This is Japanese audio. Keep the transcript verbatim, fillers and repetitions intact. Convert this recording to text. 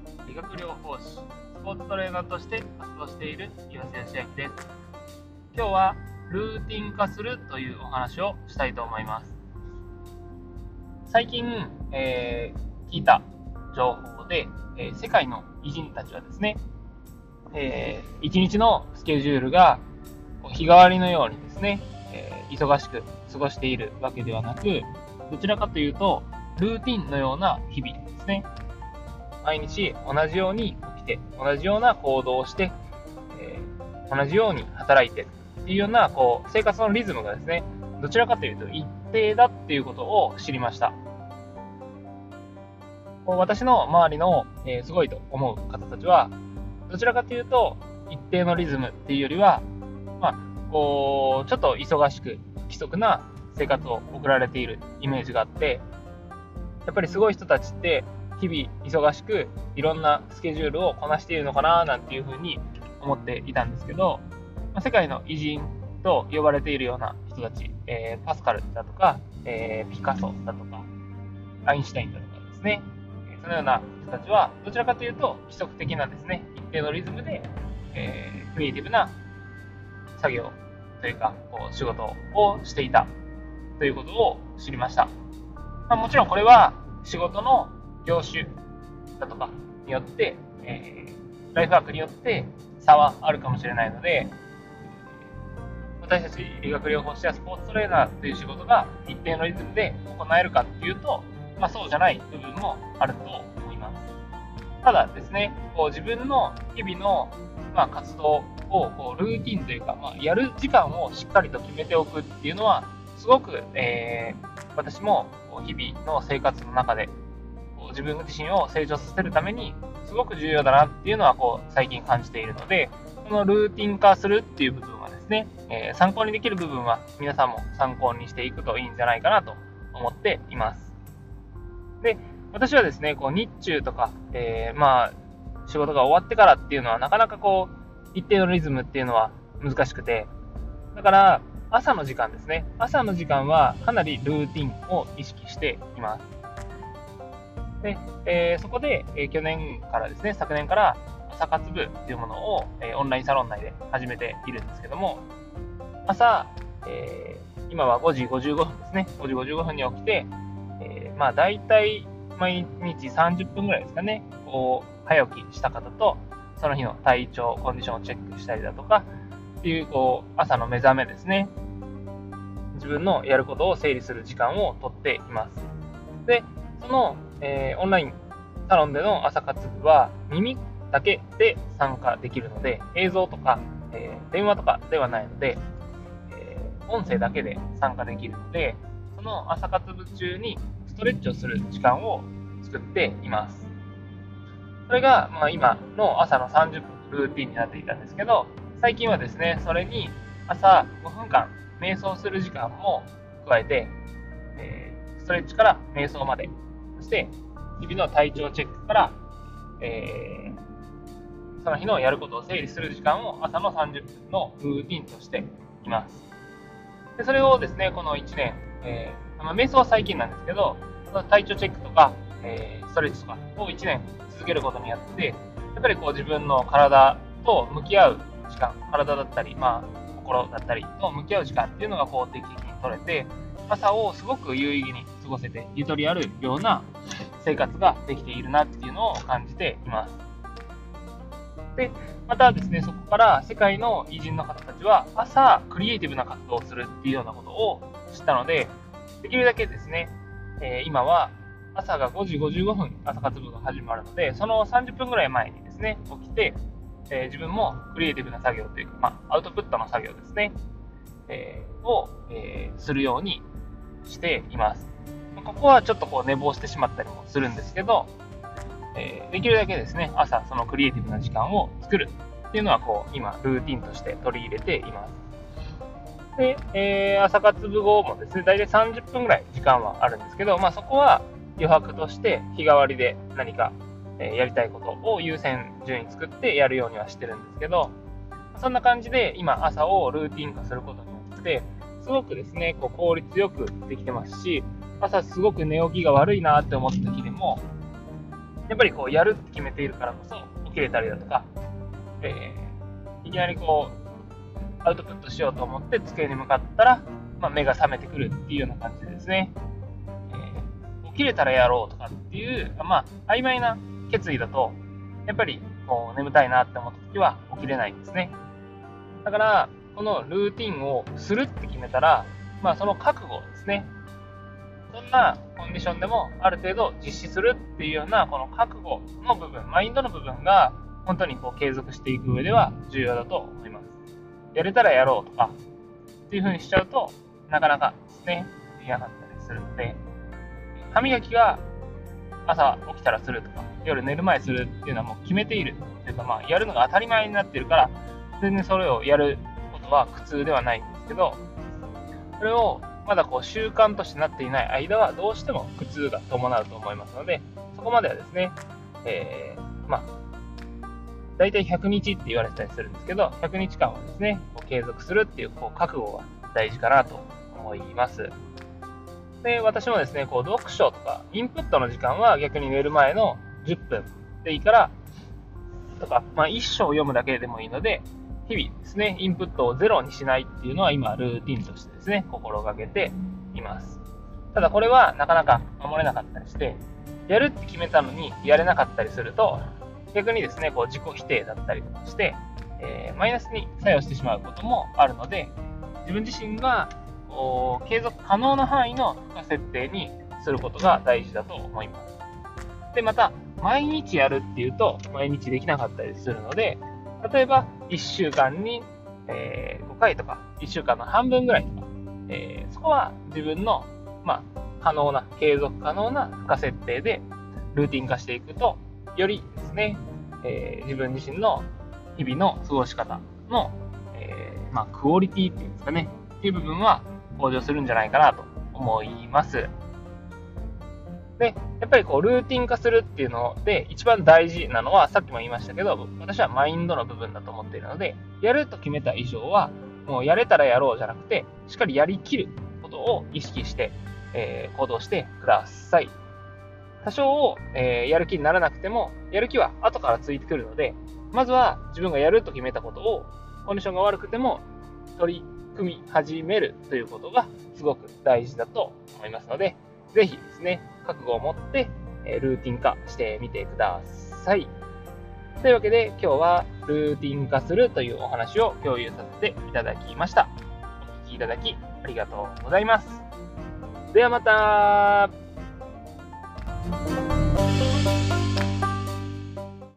理学療法士、スポーツトレーナーとして活動している岩瀬義明です。今日はルーティン化するというお話をしたいと思います。最近、えー、聞いた情報で、えー、世界の偉人たちはですね、えー、一日のスケジュールが日替わりのようにですね、えー、忙しく過ごしているわけではなく、どちらかというとルーティンのような日々ですね。毎日同じように起きて、同じような行動をして、えー、同じように働いてっていうようなこう生活のリズムがですね、どちらかというと一定だっていうことを知りました。こう私の周りの、えー、すごいと思う方たちは、どちらかというと一定のリズムっていうよりは、まあ、こうちょっと忙しく規則な生活を送られているイメージがあって、やっぱりすごい人たちって日々忙しくいろんなスケジュールをこなしているのかななんていうふうに思っていたんですけど、世界の偉人と呼ばれているような人たち、えー、パスカルだとか、えー、ピカソだとかアインシュタインだとかですね、そのような人たちはどちらかというと規則的なですね、一定のリズムで、えー、クリエイティブな作業というかこう仕事をしていたということを知りました。まあ、もちろんこれは仕事の業種だとかによって、えー、ライフワークによって差はあるかもしれないので、私たち理学療法士やスポーツトレーナーという仕事が一定のリズムで行えるかっていうと、まあ、そうじゃない部分もあると思います。ただですね、こう自分の日々の、まあ、活動をこうルーティンというか、まあ、やる時間をしっかりと決めておくっていうのはすごく、えー、私も日々の生活の中で自分自身を成長させるためにすごく重要だなっていうのはこう最近感じているので、このルーティン化するっていう部分はですね、えー、参考にできる部分は皆さんも参考にしていくといいんじゃないかなと思っています。で、私はですね、こう日中とか、えー、まあ仕事が終わってからっていうのはなかなかこう一定のリズムっていうのは難しくて、だから朝の時間ですね、朝の時間はかなりルーティンを意識しています。で、えー、そこで、えー、去年からですね、昨年から朝活部というものを、えー、オンラインサロン内で始めているんですけども、朝、えー、今はごじごじゅうごふんですね、ごじごじゅうごふんに起きて、えー、まあ大体毎日さんじゅっぷんぐらいですかね、こう早起きした方とその日の体調コンディションをチェックしたりだとかっていう、こう朝の目覚めですね、自分のやることを整理する時間をとっています。で、その、えー、オンラインサロンでの朝活部は耳だけで参加できるので、映像とか、えー、電話とかではないので、えー、音声だけで参加できるので、その朝活部中にストレッチをする時間を作っています。それが、まあ、今の朝のさんじゅっぷんルーティンになっていたんですけど、最近はですね、それに朝ごふんかん瞑想する時間も加えて、えー、ストレッチから瞑想まで、そして日々の体調チェックから、えー、その日のやることを整理する時間を朝のさんじゅっぷんのルーティンとしています。でそれをですね、このいちねん、えーまあ、瞑想は最近なんですけど、体調チェックとか、えー、ストレッチとかをいちねん続けることによって、やっぱりこう自分の体と向き合う時間、体だったり、まあ、心だったりと向き合う時間っていうのがこう定期的に取れて、朝をすごく有意義に過ごせて、ゆとりあるような生活ができているなっていうのを感じています。で、またですね、そこから世界の偉人の方たちは朝クリエイティブな活動をするっていうようなことを知ったので、できるだけですね、えー、今は朝がごじごじゅうごふん朝活部が始まるので、そのさんじゅっぷんぐらい前にですね、起きて、えー、自分もクリエイティブな作業というか、まあ、アウトプットの作業ですね、えー、を、えー、するようにしています。ここはちょっとこう寝坊してしまったりもするんですけど、えー、できるだけですね、朝そのクリエイティブな時間を作るっていうのはこう今ルーティンとして取り入れています。で、えー、朝活部後もですね、だいたいさんじゅっぷんぐらい時間はあるんですけど、まあ、そこは余白として日替わりで何かやりたいことを優先順位作ってやるようにはしてるんですけど、そんな感じで今朝をルーティン化することによってすごくですね、こう効率よくできてますし、朝すごく寝起きが悪いなって思った日でもやっぱりこうやるって決めているからこそ起きれたりだとか、えー、いきなりこうアウトプットしようと思って机に向かったら、まあ、目が覚めてくるっていうような感じでですね、えー、起きれたらやろうとかっていう、まあ、曖昧な決意だとやっぱりこう眠たいなって思った時は起きれないんですね。だからこのルーティンをするって決めたら、まあ、その覚悟ですね。そんなコンディションでもある程度実施するっていうようなこの覚悟の部分、マインドの部分が本当にこう継続していく上では重要だと思います。やれたらやろうとかっていう風にしちゃうとなかなかですね、できなかったりするので、歯磨きが朝起きたらするとか夜寝る前するっていうのはもう決めているというか、まあ、やるのが当たり前になっているから全然それをやることは苦痛ではないんですけど、それをまだこう習慣としてなっていない間はどうしても苦痛が伴うと思いますので、そこまではですね、えー、まあ大体ひゃくにちって言われてたりするんですけど、ひゃくにちかんはですねこう継続するっていうこう覚悟が大事かなと思います。で、私もですねこう読書とかインプットの時間は逆に寝る前のじゅっぷんでいいからとか、まあ、一章読むだけでもいいので、日々ですね、インプットをゼロにしないっていうのは今、ルーティンとしてですね、心がけています。ただこれはなかなか守れなかったりして、やるって決めたのにやれなかったりすると、逆にですね、こう自己否定だったりとかして、えー、マイナスに作用してしまうこともあるので、自分自身がこう継続可能な範囲の負荷設定にすることが大事だと思います。で、また、毎日やるっていうと、毎日できなかったりするので、例えば、いっしゅうかんに、えー、ごかいとか、いっしゅうかんの半分ぐらいとか、えー、そこは自分の、まあ、可能な、継続可能な負荷設定で、ルーティン化していくと、よりですね、えー、自分自身の日々の過ごし方の、えー、まあ、クオリティっていうんですかね、っていう部分は向上するんじゃないかなと思います。で、やっぱりこうルーティン化するっていうので一番大事なのはさっきも言いましたけど、私はマインドの部分だと思っているので、やると決めた以上はもうやれたらやろうじゃなくて、しっかりやりきることを意識して、えー、行動してください。多少、えー、やる気にならなくても、やる気は後からついてくるので、まずは自分がやると決めたことをコンディションが悪くても取り組み始めるということがすごく大事だと思いますので、ぜひですね、覚悟を持ってルーティン化してみてください。というわけで今日はルーティン化するというお話を共有させていただきました。お聞きいただきありがとうございます。ではまた。